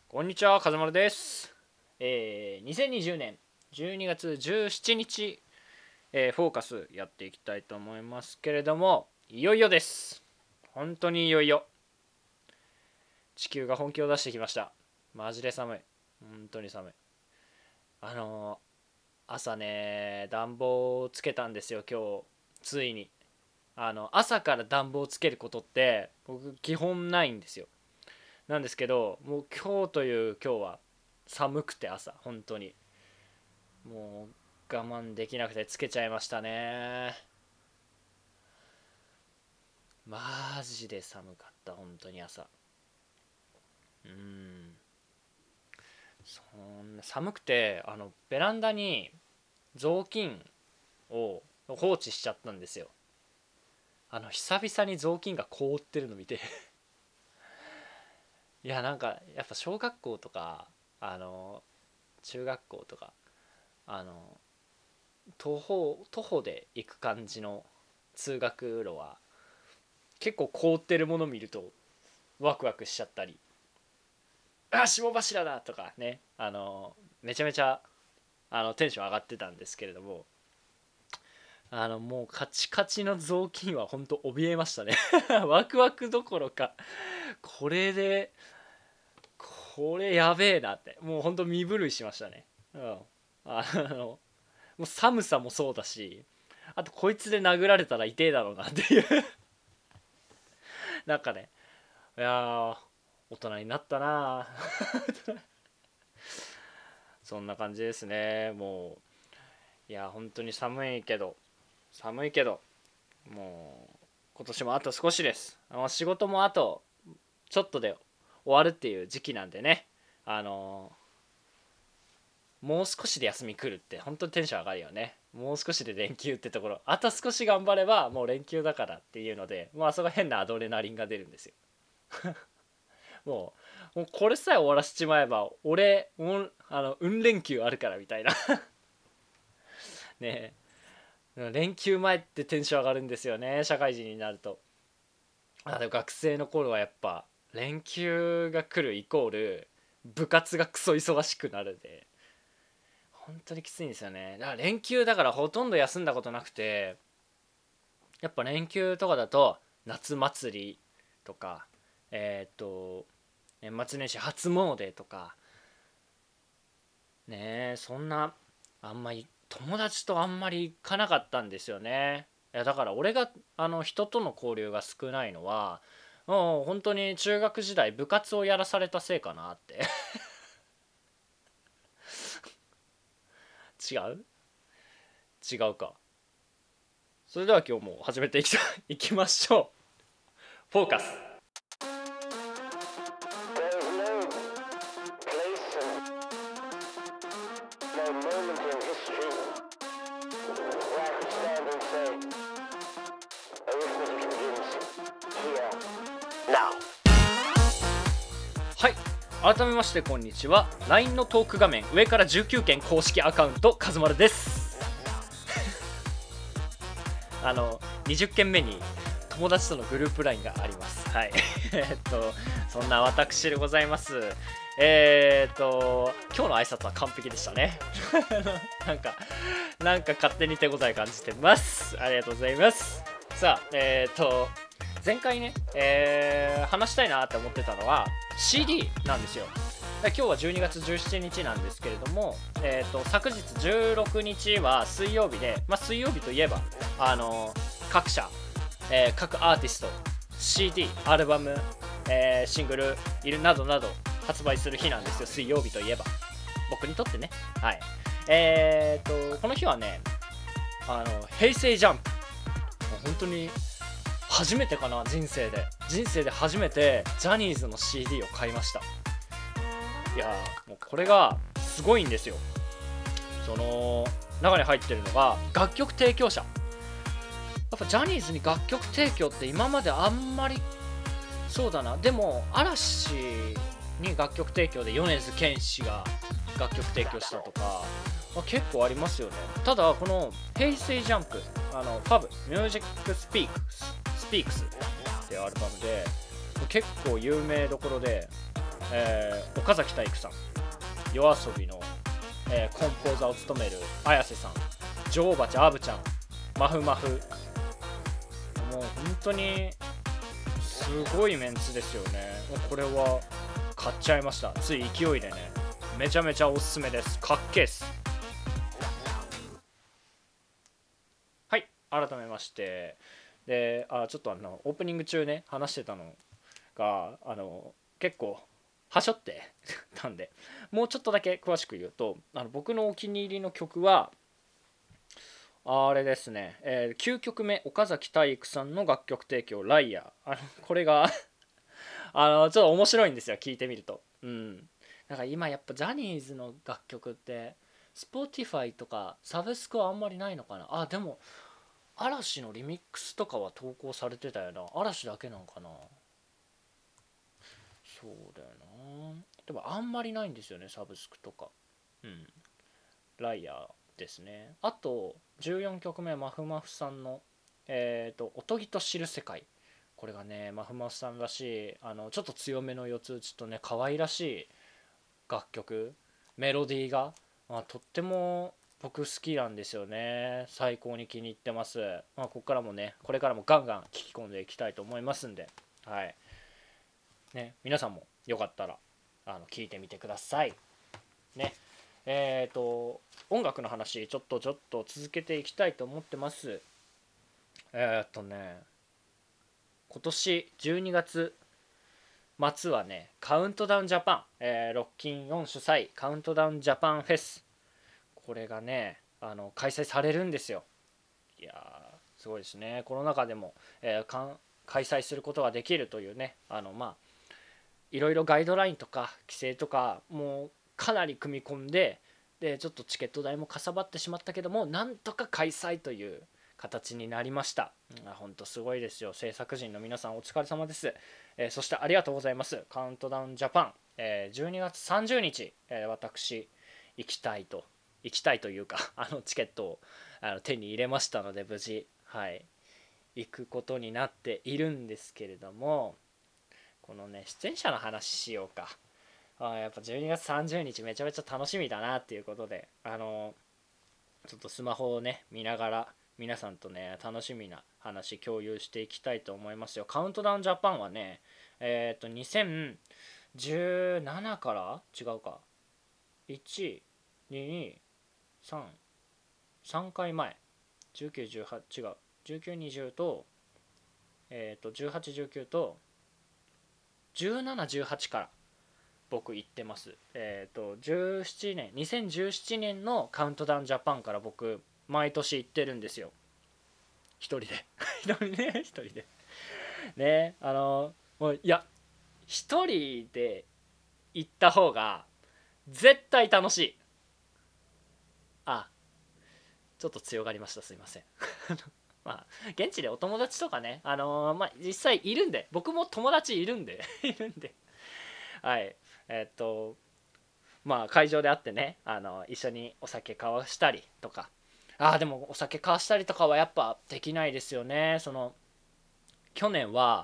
こんにちは、風丸です。2020年12月17日、フォーカスやっていきたいと思いますけれども、いよいよです。本当にいよいよ。地球が本気を出してきました。マジで寒い。本当に寒い。朝ね、暖房をつけたんですよ、今日。ついに。朝から暖房をつけることって、僕、基本ないんですよ。なんですけど、もう今日という今日は寒くて朝本当にもう我慢できなくてつけちゃいましたね。マジで寒かった本当に朝。そんな寒くてベランダに雑巾を放置しちゃったんですよ。久々に雑巾が凍ってるの見ていやなんかやっぱ小学校とか中学校とかあの徒歩で行く感じの通学路は結構凍ってるもの見るとワクワクしちゃったり、あ霜柱だとかね、めちゃめちゃテンション上がってたんですけれども、もうカチカチの雑巾は本当怯えましたねワクワクどころか、これでこれやべえなって、もう本当身震いしましたね。もう寒さもそうだし、あとこいつで殴られたら痛えだろうなっていうなんかね、いやー大人になったなそんな感じですね。もういや本当に寒いけどもう今年もあと少しです。仕事もあとちょっとで終わるっていう時期なんでね、もう少しで休み来るって本当にテンション上がるよね。もう少しで連休ってところ、あと少し頑張ればもう連休だからっていうので、まあそこ変なアドレナリンが出るんですよもうこれさえ終わらせちまえば俺もう運連休あるからみたいなねえ、連休前ってテンション上がるんですよね、社会人になると。でも学生の頃はやっぱ連休が来るイコール部活がクソ忙しくなるで、本当にきついんですよね。だから連休だからほとんど休んだことなくて、やっぱ連休とかだと夏祭りとか年末年始初詣とかね、そんなあんまり友達とあんまり行かなかったんですよね。いやだから俺が人との交流が少ないのはもう本当に中学時代部活をやらされたせいかなって違う違うか。それでは今日も始めていきましょう。フォーカス。はい、改めましてこんにちは。 LINE のトーク画面上から19件公式アカウントカズマルです20件目に友達とのグループ LINE があります。はいそんな私でございます。今日の挨拶は完璧でしたねなんか勝手に手応え感じてます。ありがとうございます。さあ前回ね、話したいなって思ってたのは CD なんですよ。今日は12月17日なんですけれども、昨日16日は水曜日で、水曜日といえば各社、各アーティスト CD、アルバム、シングルなどなど発売する日なんですよ、水曜日といえば僕にとってね。はい。この日はね、平成ジャンプ、本当に初めてかな、人生で初めてジャニーズの CD を買いました。いやもうこれがすごいんですよ。その中に入ってるのが楽曲提供者。やっぱジャニーズに楽曲提供って今まであんまり、そうだな、でも嵐に楽曲提供で米津玄師が楽曲提供したとか、結構ありますよね。ただこの平成ジャンプFAB Music Speaks っていうアルバムで結構有名どころで、 岡崎体育さん、夜遊びの、コンポーザーを務める綾瀬さん、女王蜂アブちゃん、マフマフ、もう本当にすごいメンツですよね。もうこれは買っちゃいました、つい勢いでね。めちゃめちゃおすすめです。かっけーっす。はい、改めまして、でちょっとオープニング中ね話してたのが結構はしょってたんで、もうちょっとだけ詳しく言うと、僕のお気に入りの曲はあれですね、9曲目、岡崎体育さんの楽曲提供「ライアー」。これがちょっと面白いんですよ、聞いてみると。なんか今やっぱジャニーズの楽曲って Spotify とかサブスクはあんまりないのかな。でも嵐のリミックスとかは投稿されてたよな。嵐だけなんかな。そうだよな。でもあんまりないんですよね、サブスクとか。ライアーですね。あと14曲目、まふまふさんのおとぎと知る世界。これがね、まふまふさんらしいちょっと強めの四つ打ちとね、可愛らしい楽曲、メロディーが、とっても僕好きなんですよね。最高に気に入ってます。ここからもね、これからもガンガン聴き込んでいきたいと思いますんで、はいね、皆さんもよかったら聞いてみてくださいね。音楽の話ちょっと続けていきたいと思ってます。今年12月末はね、カウントダウンジャパン、ロッキン4主催カウントダウンジャパンフェス、これがね開催されるんですよ。いやー、すごいですね。コロナ禍でも、開催することができるというね、いろいろガイドラインとか規制とかもうかなり組み込んで、ちょっとチケット代もかさばってしまったけども、なんとか開催という形になりました。本当すごいですよ。制作陣の皆さんお疲れ様です。そしてありがとうございます。カウントダウンジャパン、12月30日、私行きたいというかチケットを手に入れましたので、無事行くことになっているんですけれども、このね出演者の話しようか。やっぱ12月30日めちゃめちゃ楽しみだなっていうことで、ちょっとスマホをね見ながら皆さんとね楽しみな話共有していきたいと思いますよ。カウントダウンジャパンはね2017から違うか、123回前、1918違う、1920と1819と1718から僕行ってます。17年2017年のカウントダウンジャパンから僕毎年行ってるんですよ、一人で一人でね。もういや、一人で行った方が絶対楽しい。ちょっと強がりました、すいません現地でお友達とかね、実際いるんで、僕も友達いるんでいるんで、はい会場で会ってね一緒にお酒交わしたりとか。でもお酒交わしたりとかはやっぱできないですよね。去年は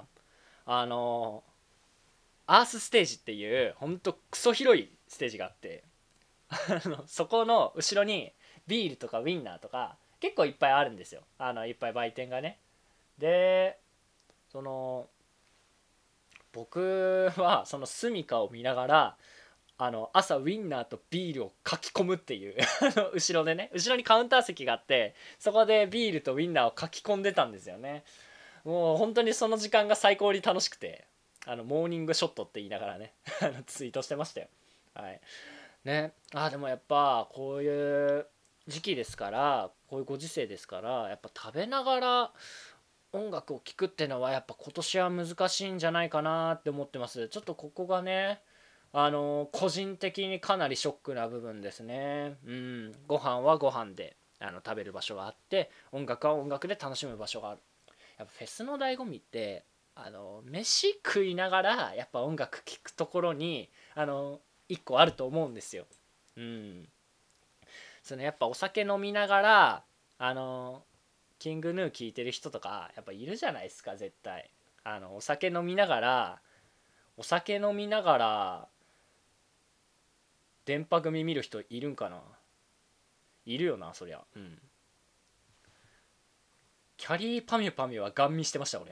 アースステージっていうほんとクソ広いステージがあってそこの後ろにビールとかウインナーとか結構いっぱいあるんですよ。いっぱい売店がね。で僕はその住みかを見ながら朝ウインナーとビールをかき込むっていう後ろでね、後ろにカウンター席があって、そこでビールとウインナーをかき込んでたんですよね。もう本当にその時間が最高に楽しくて、モーニングショットって言いながらねツイートしてましたよ。はいね。でもやっぱこういう時期ですから、こういうご時世ですから、やっぱ食べながら音楽を聴くってのはやっぱ今年は難しいんじゃないかなって思ってます。ちょっとここがね個人的にかなりショックな部分ですね。ご飯はご飯で食べる場所があって、音楽は音楽で楽しむ場所がある。やっぱフェスの醍醐味って飯食いながらやっぱ音楽聴くところに一個あると思うんですよ。やっぱお酒飲みながらキングヌー聴いてる人とかやっぱいるじゃないですか、絶対。お酒飲みながら電波組見る人いるんかな。いるよなそりゃ。うん。キャリーパミュパミュはガン見してました俺。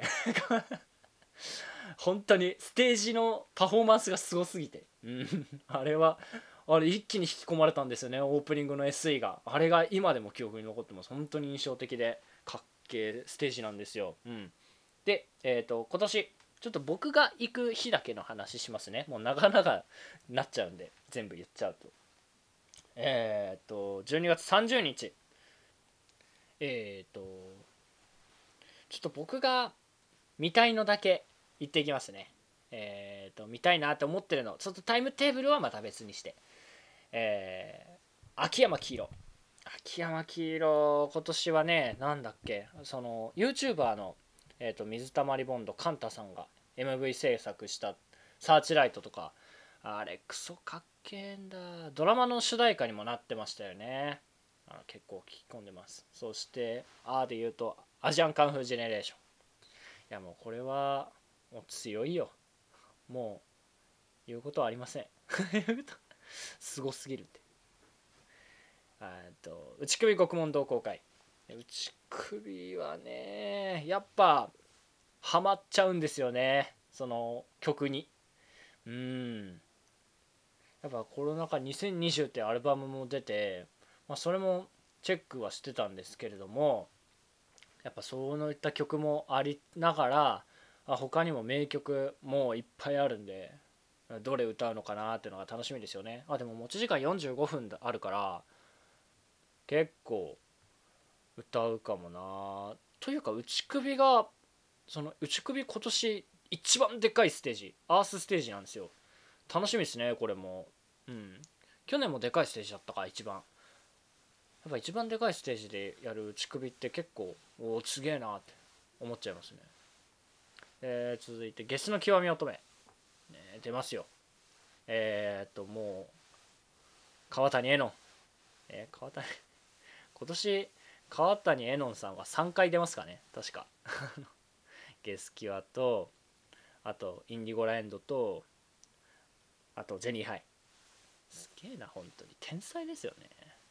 本当にステージのパフォーマンスがすごすぎて、うん、あれ一気に引き込まれたんですよね。オープニングの SE があれが今でも記憶に残ってます。本当に印象的でかっけえステージなんですよ。うん、で、今年ちょっと僕が行く日だけの話しますね。もう長々なっちゃうんで全部言っちゃうと、12月30日ちょっと僕が見たいのだけ言っていきますね。見たいなって思ってるのちょっとタイムテーブルはまた別にして、秋山黄色今年はね、なんだっけ、その YouTuber の、水溜りボンドカンタさんが MV 制作したサーチライトとか、あれクソかっけえんだ。ドラマの主題歌にもなってましたよね。結構聞き込んでます。そしてで言うとアジアンカンフージェネレーション。いやもうこれはもう強いよ。もう言うことはありません。すごすぎるって。内首獄門同好会。内首はねやっぱハマっちゃうんですよね、その曲に。やっぱコロナ禍2020ってアルバムも出て、それもチェックはしてたんですけれども、やっぱそういった曲もありながら他にも名曲もういっぱいあるんで、どれ歌うのかなっていうのが楽しみですよね。でも持ち時間45分あるから結構歌うかもな。というか内首が内首今年一番でかいステージアースステージなんですよ。楽しみですねこれも。去年もでかいステージだったか一番。やっぱ一番でかいステージでやる内首って結構すげえなって思っちゃいますね。続いてゲスの極み乙女、出ますよ。もう川谷絵音、今年川谷絵音さんは3回出ますかね確か。ゲスキュアとあとインディゴラエンドとあとジェニーハイ。すげえな本当に天才ですよね。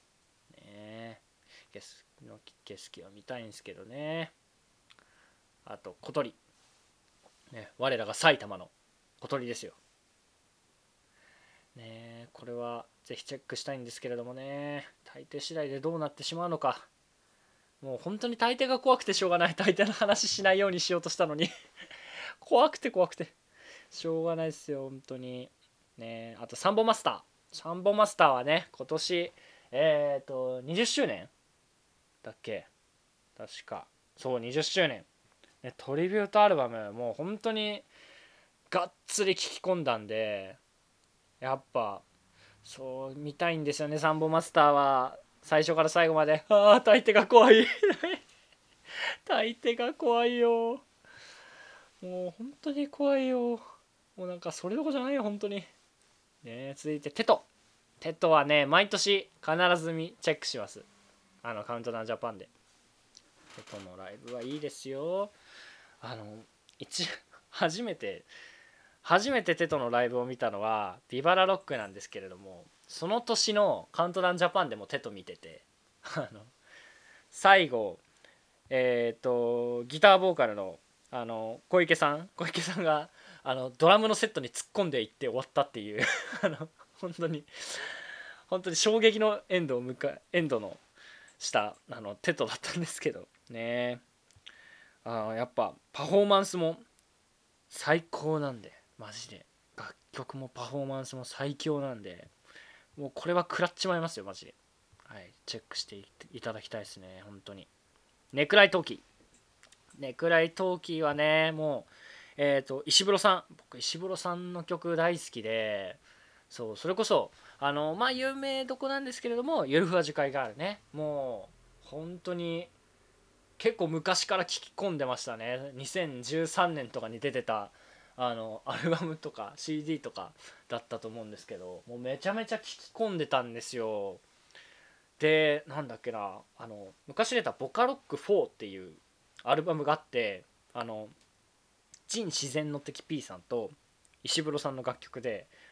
ゲスキュア見たいんですけどね。あと小鳥、我らが埼玉の小鳥ですよ。これはぜひチェックしたいんですけれどもね、大抵次第でどうなってしまうのか。もう本当に大抵が怖くてしょうがない。大抵の話しないようにしようとしたのに怖くてしょうがないですよ本当にね。あとサンボマスターはね今年20周年だっけ確か。そう20周年、トリビュートアルバムもう本当にがっつり聴き込んだんで、やっぱそう見たいんですよね。サンボマスターは最初から最後まで大抵が怖い大抵が怖いよ。もう本当に怖いよ。もうなんかそれどころじゃないよ本当に続いてテトはね毎年必ずチェックします。カウントダウンジャパンでテトのライブはいいですよ。初めてテトのライブを見たのはビバラロックなんですけれども、その年のカウントダウンジャパンでもテト見てて最後ギターボーカルの小池さんがドラムのセットに突っ込んでいって終わったっていう本当に衝撃のエンドのしたテトだったんですけどね。やっぱパフォーマンスも最高なんで、マジで楽曲もパフォーマンスも最強なんで、もうこれは食らっちまいますよマジで。チェックしていただきたいですね本当に。ネクライトーキーはねもう石黒さん、僕石黒さんの曲大好きで、それこそ有名どこなんですけれども、ゆるふわ樹海があるね、もう本当に結構昔から聴き込んでましたね。2013年とかに出てたアルバムとか CD とかだったと思うんですけど、もうめちゃめちゃ聴き込んでたんですよ。でなんだっけな、昔出たボカロック4っていうアルバムがあって、ジン自然の敵 P さんと石黒さんの楽曲で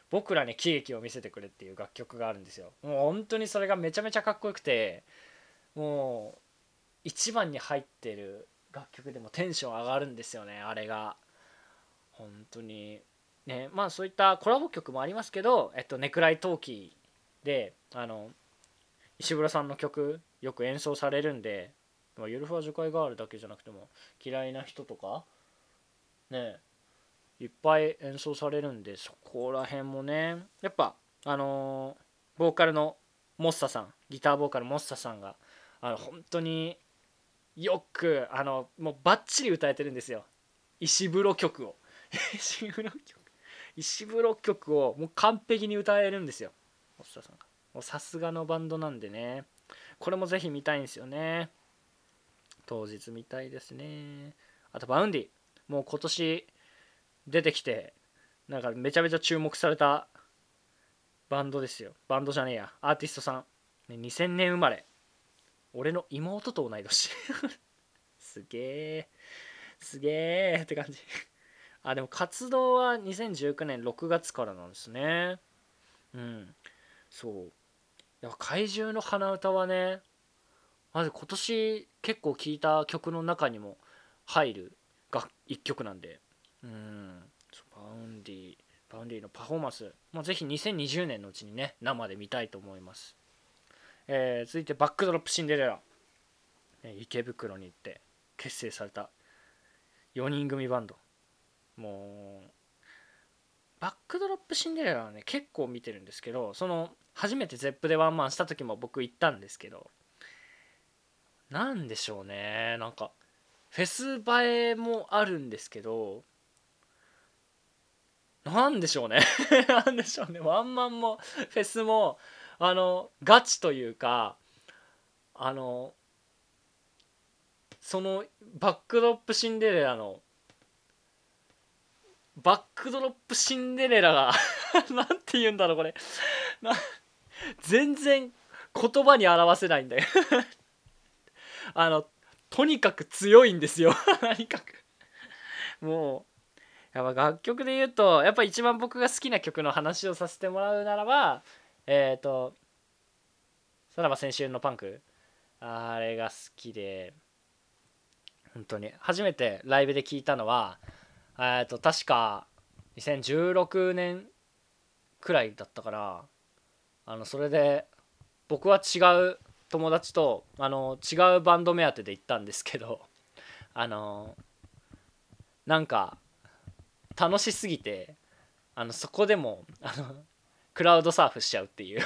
僕らに喜劇を見せてくれっていう楽曲があるんですよ。もう本当にそれがめちゃめちゃかっこよくて、もう一番に入ってる楽曲でもテンション上がるんですよね、あれが。本当にね。まあそういったコラボ曲もありますけど、ネクライトーキーで石黒さんの曲よく演奏されるんで、ゆるふわ樹海ガールだけじゃなくても嫌いな人とかねいっぱい演奏されるんで、そこら辺もねやっぱボーカルのモッサさん、ギターボーカルモッサさんが本当によくもうバッチリ歌えてるんですよ、石風呂曲を石風呂曲をもう完璧に歌えるんですよ、モッサさんが。もうさすがのバンドなんでね、これもぜひ見たいんですよね。当日見たいですね。あとバウンディ、もう今年出てきてなんかめちゃめちゃ注目されたバンドですよ。バンドじゃねえや、アーティストさん、ね、2000年生まれ、俺の妹と同い年すげえすげえって感じでも活動は2019年6月からなんですね。そう。やっぱ怪獣の鼻歌はね、まず今年結構聴いた曲の中にも入る一曲なんで、バウンディのパフォーマンス、ぜひ2020年のうちにね生で見たいと思います。続いてバックドロップシンデレラ、池袋に行って結成された4人組バンド。もうバックドロップシンデレラはね結構見てるんですけど、その初めてゼップでワンマンした時も僕行ったんですけど、なんでしょうね、なんかフェス映えもあるんですけど、なんでしょうねなんでしょうね、ワンマンもフェスもガチというか、そのバックドロップシンデレラのバックドロップシンデレラがなんて言うんだろうこれ全然言葉に表せないんだよとにかく強いんですよ何かくもうやっぱ楽曲で言うと、やっぱ一番僕が好きな曲の話をさせてもらうならば、さらば青春のパンク、あれが好きで、本当に初めてライブで聴いたのは確か2016年くらいだったから、それで僕は違う友達と違うバンド目当てで行ったんですけど、なんか楽しすぎてそこでもクラウドサーフしちゃうっていう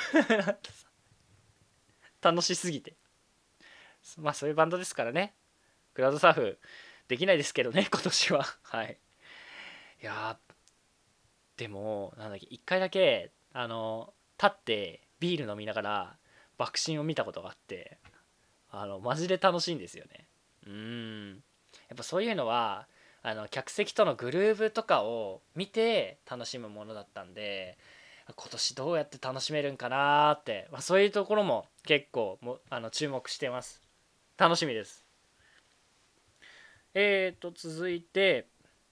楽しすぎて、そういうバンドですからね、クラウドサーフできないですけどね今年ははい。いやでもなんだっけ、一回だけ立ってビール飲みながら爆心を見たことがあって、マジで楽しいんですよね。やっぱそういうのは客席とのグルーヴとかを見て楽しむものだったんで、今年どうやって楽しめるんかなーって、そういうところも結構注目してます。楽しみです。続いて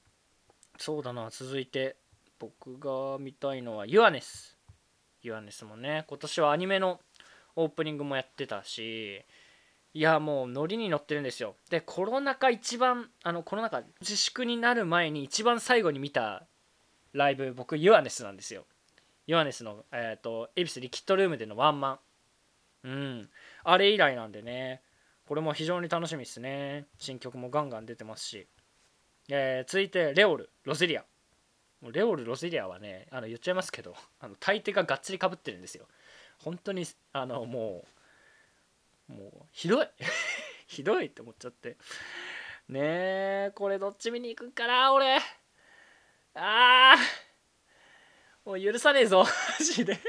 僕が見たいのはユアネスもね、今年はアニメのオープニングもやってたし、いやもうノリに乗ってるんですよ。でコロナ禍自粛になる前に一番最後に見たライブ、僕ユアネスなんですよ。ユアネスの恵比寿リキッドルームでのワンマン、あれ以来なんでね、これも非常に楽しみですね。新曲もガンガン出てますし、続いてレオル・ロゼリア。レオル・ロゼリアはね言っちゃいますけど大抵ががっつりかぶってるんですよ。本当にもうひどいひどいって思っちゃってねえ。これどっち見に行くんかな俺。もう許さねえぞマジで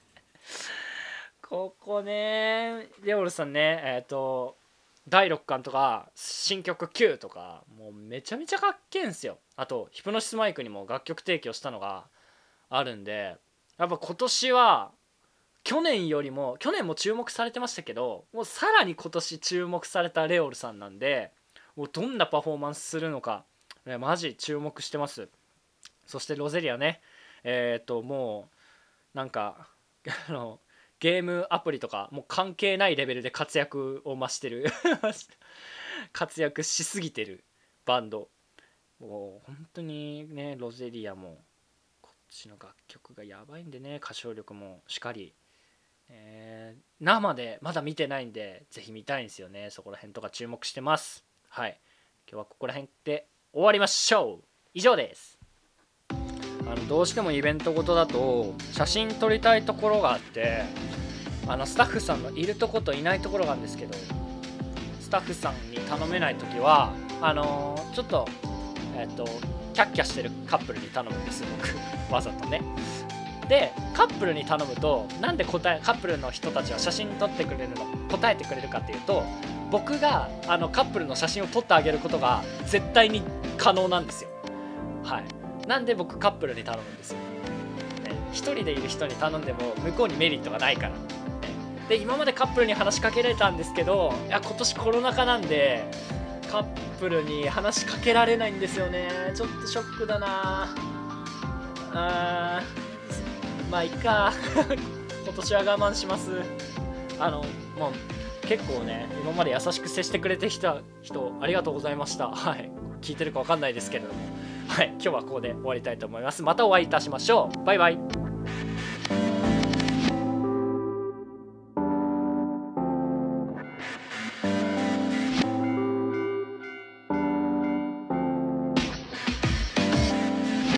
ここね、レオルさんね、第6巻とか新曲 Q とかもうめちゃめちゃかっけえんすよ。あとヒプノシスマイクにも楽曲提供したのがあるんで、やっぱ今年は去年も注目されてましたけど、もうさらに今年注目されたレオルさんなんで、もうどんなパフォーマンスするのか、マジ注目してます。そしてロゼリアね、 もうなんかゲームアプリとかもう関係ないレベルで活躍を増してる活躍しすぎてるバンド。もう本当にね、ロゼリアもこっちの楽曲がやばいんでね、歌唱力もしかり、生でまだ見てないんでぜひ見たいんですよね。そこら辺とか注目してます。はい、今日はここら辺で終わりましょう。以上です。どうしてもイベントごとだと写真撮りたいところがあって、スタッフさんのいるとこといないところがあるんですけど、スタッフさんに頼めない時はちょっとキャッキャしてるカップルに頼むんです、僕わざとね。でカップルに頼むと、なんでカップルの人たちは写真撮ってくれるの答えてくれるかっていうと、僕がカップルの写真を撮ってあげることが絶対に可能なんですよ。はい、なんで僕カップルに頼むんですよ、一人でいる人に頼んでも向こうにメリットがないから、で今までカップルに話しかけられたんですけど、いや今年コロナ禍なんでカップルに話しかけられないんですよね。ちょっとショックだなあ。まあいいか今年は我慢します。もう結構ね、今まで優しく接してくれてきた人ありがとうございました。はい、聞いてるか分かんないですけれども、はい、今日はここで終わりたいと思います。またお会いいたしましょう。バイバイ。